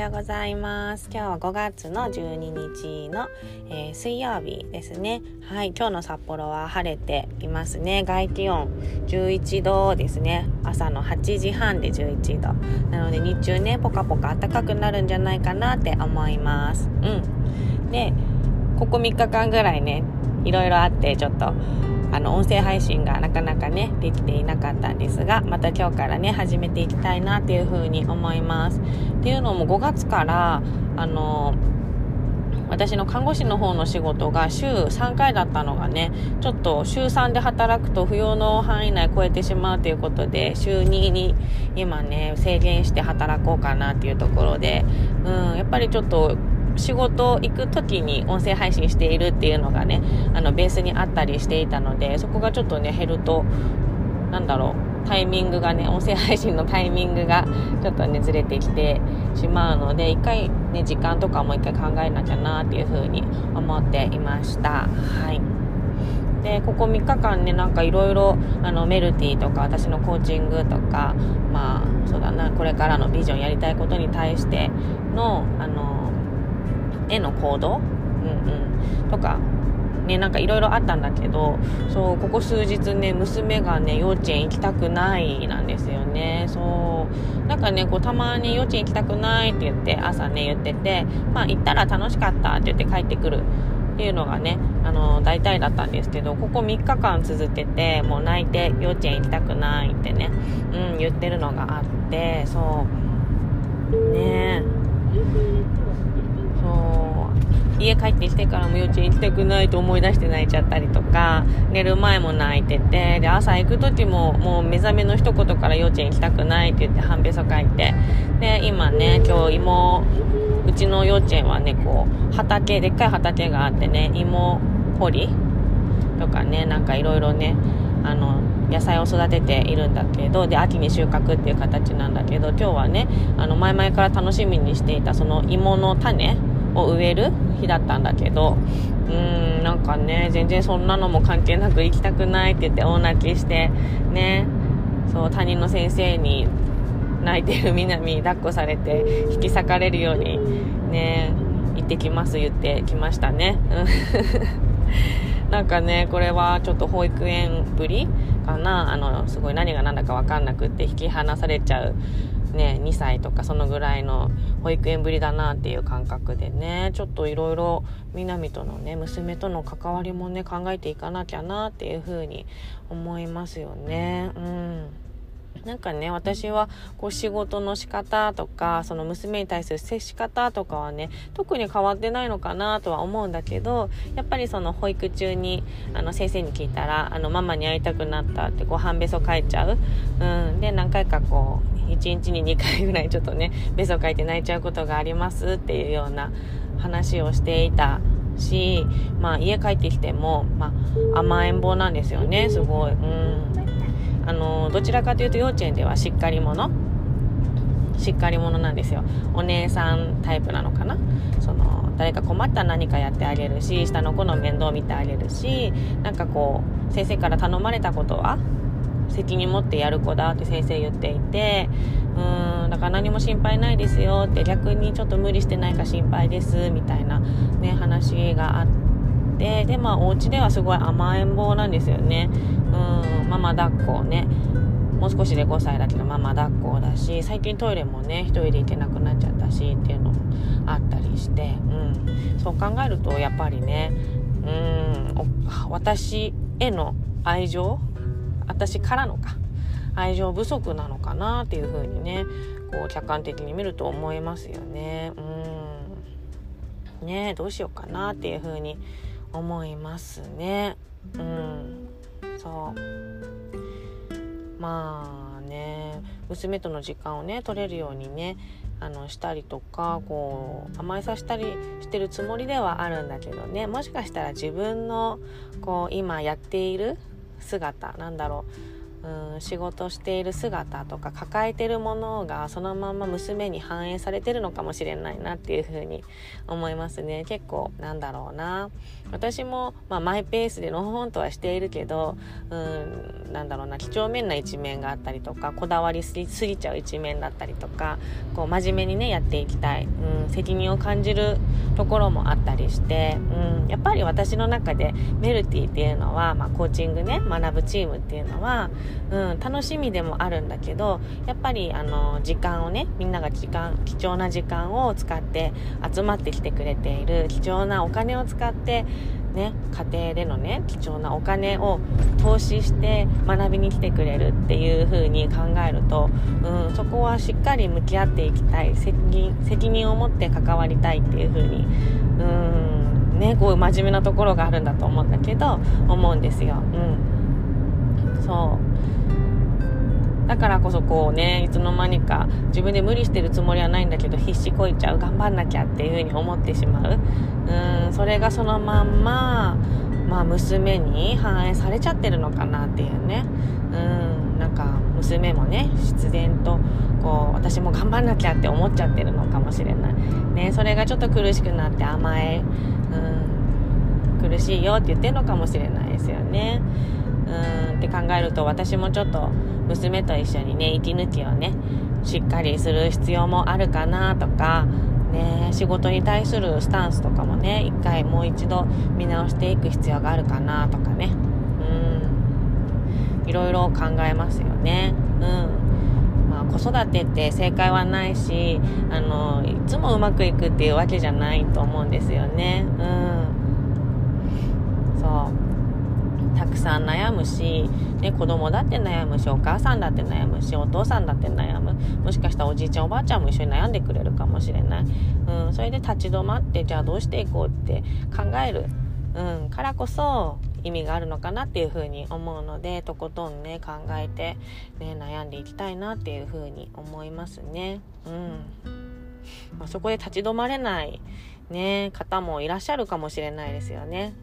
ようございます。今日は5月の12日の、水曜日ですね。はい、今日の札幌は晴れていますね。外気温11度ですね。朝の8時半で11度なので、日中ねポカポカ暖かくなるんじゃないかなって思います。でここ3日間ぐらいねいろいろあって、ちょっと音声配信がなかなかねできていなかったんですが、また今日からね始めていきたいなっていうふうに思います。っていうのも5月から私の看護師の方の仕事が週3回だったのがね、ちょっと週3で働くと扶養の範囲内超えてしまうということで、週2に今ね制限して働こうかなっていうところで、やっぱりちょっと仕事行く時に音声配信しているっていうのがねベースにあったりしていたので、そこがちょっとね減るとタイミングがね、音声配信のタイミングがちょっとねずれてきてしまうので、一回ね時間とかも一回考えなきゃなっていう風に思っていました。でここ3日間ねいろいろメルティとか私のコーチングとか、そうだな、これからのビジョンやりたいことに対しての絵の行動、とかねいろいろあったんだけど、ここ数日ね娘がね幼稚園行きたくないなんですよね。たまに幼稚園行きたくないって言って朝ね言ってて、行ったら楽しかったって言って帰ってくるっていうのがね大体だったんですけど、ここ3日間続けてもう泣いて幼稚園行きたくないってね、言ってるのがあって、家帰ってきてからも幼稚園行きたくないと思い出して泣いちゃったりとか、寝る前も泣いてて、で朝行く時ももう目覚めの一言から幼稚園行きたくないって言って半べそ書いて、で今ね今日うちの幼稚園はねでっかい畑があってね、芋掘りとかねいろいろね野菜を育てているんだけど、で秋に収穫っていう形なんだけど、今日はね前々から楽しみにしていたその芋の種を植える日だったんだけど、全然そんなのも関係なく行きたくないって言って大泣きしてね、担任の先生に泣いてる南抱っこされて引き裂かれるようにね行ってきます言ってきましたね。これはちょっと保育園ぶりかな、すごい何が何だか分かんなくって引き離されちゃうね、2歳とかそのぐらいの保育園ぶりだなっていう感覚でね、ちょっといろいろ南とのね娘との関わりもね考えていかなきゃなっていう風に思いますよね。私は仕事の仕方とかその娘に対する接し方とかはね特に変わってないのかなとは思うんだけど、やっぱりその保育中に先生に聞いたらママに会いたくなったって半べそ書いちゃう、で何回か1日に2回ぐらいちょっとねべそ書いて泣いちゃうことがありますっていうような話をしていたし、家帰ってきても、甘えん坊なんですよね、すごい。どちらかというと幼稚園ではしっかり者なんですよ。お姉さんタイプなのかな。誰か困ったら何かやってあげるし、下の子の面倒見てあげるし、先生から頼まれたことは責任持ってやる子だって先生言っていて、だから何も心配ないですよって、逆にちょっと無理してないか心配ですみたいなね話があって、でお家ではすごい甘えん坊なんですよね。ママ抱っこね、もう少しで5歳だけどママ抱っこだし、最近トイレもね一人で行けなくなっちゃったしっていうのもあったりして、そう考えるとやっぱりね私への愛情、私からの愛情不足なのかなっていう風にね客観的に見ると思いますよね。どうしようかなっていう風に思いますね。娘との時間をね取れるようにねしたりとか甘えさせたりしてるつもりではあるんだけどね、もしかしたら自分の今やっている姿仕事している姿とか抱えてるものがそのまま娘に反映されてるのかもしれないなっていうふうに思いますね。結構なんだろうな、私も、マイペースでのほほんとはしているけど、なんだろうな、几帳面な一面があったりとか、こだわりすぎちゃう一面だったりとか、こう真面目にねやっていきたい、責任を感じるところもあったりして、やっぱり私の中でメルティっていうのは、コーチングね学ぶチームっていうのは、楽しみでもあるんだけど、やっぱり時間をね、みんなが貴重な時間を使って集まってきてくれている、貴重なお金を使ってね、家庭でのね貴重なお金を投資して学びに来てくれるっていう風に考えると、そこはしっかり向き合っていきたい、責任を持って関わりたいっていう風にこういう真面目なところがあるんだと思うんだけど思うんですよ。そうだからこそこうね、いつの間にか自分で無理してるつもりはないんだけど必死こいちゃう、頑張んなきゃっていう風に思ってしまう。それがそのまんま、娘に反映されちゃってるのかなっていうね。なんか娘もね必然とこう私も頑張んなきゃって思っちゃってるのかもしれないね。それがちょっと苦しくなって苦しいよって言ってるのかもしれないですよね。って考えると、私もちょっと娘と一緒にね息抜きをねしっかりする必要もあるかなとかね、仕事に対するスタンスとかもねもう一度見直していく必要があるかなとかね、いろいろ考えますよね。子育てって正解はないし、いつもうまくいくっていうわけじゃないと思うんですよね。そうたくさん悩むし、子供だって悩むし、お母さんだって悩むし、お父さんだって悩む、もしかしたらおじいちゃんおばあちゃんも一緒に悩んでくれるかもしれない。それで立ち止まって、じゃあどうしていこうって考える、からこそ意味があるのかなっていうふうに思うので、とことんね考えて、悩んでいきたいなっていうふうに思いますね。そこで立ち止まれない方もいらっしゃるかもしれないですよね。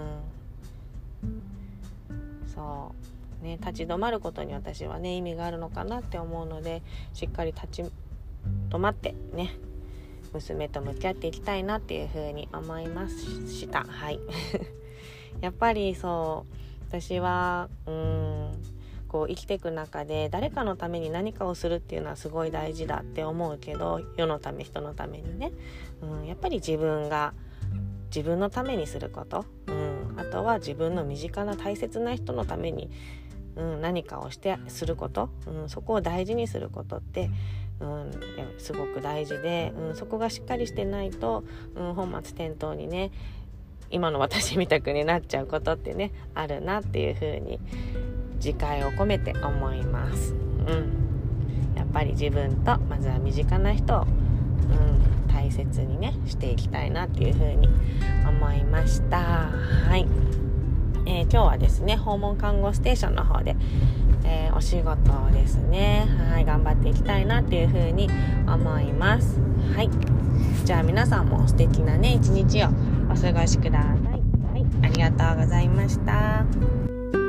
そうね、立ち止まることに私はね意味があるのかなって思うので、しっかり立ち止まってね娘と向き合っていきたいなっていうふうに思いました。やっぱり私はこう生きていく中で誰かのために何かをするっていうのはすごい大事だって思うけど、世のため人のためにね、やっぱり自分のためにすること、あとは自分の身近な大切な人のために、何かをすること、そこを大事にすることって、すごく大事で、そこがしっかりしてないと、本末転倒にね今の私みたくになっちゃうことってねあるなっていう風に自戒を込めて思います。やっぱり自分とまずは身近な人を、大切にねしていきたいなっていう風に思いました。今日はですね訪問看護ステーションの方で、お仕事をですね頑張っていきたいなっていう風に思います。じゃあ皆さんも素敵なね一日をお過ごしください。ありがとうございました。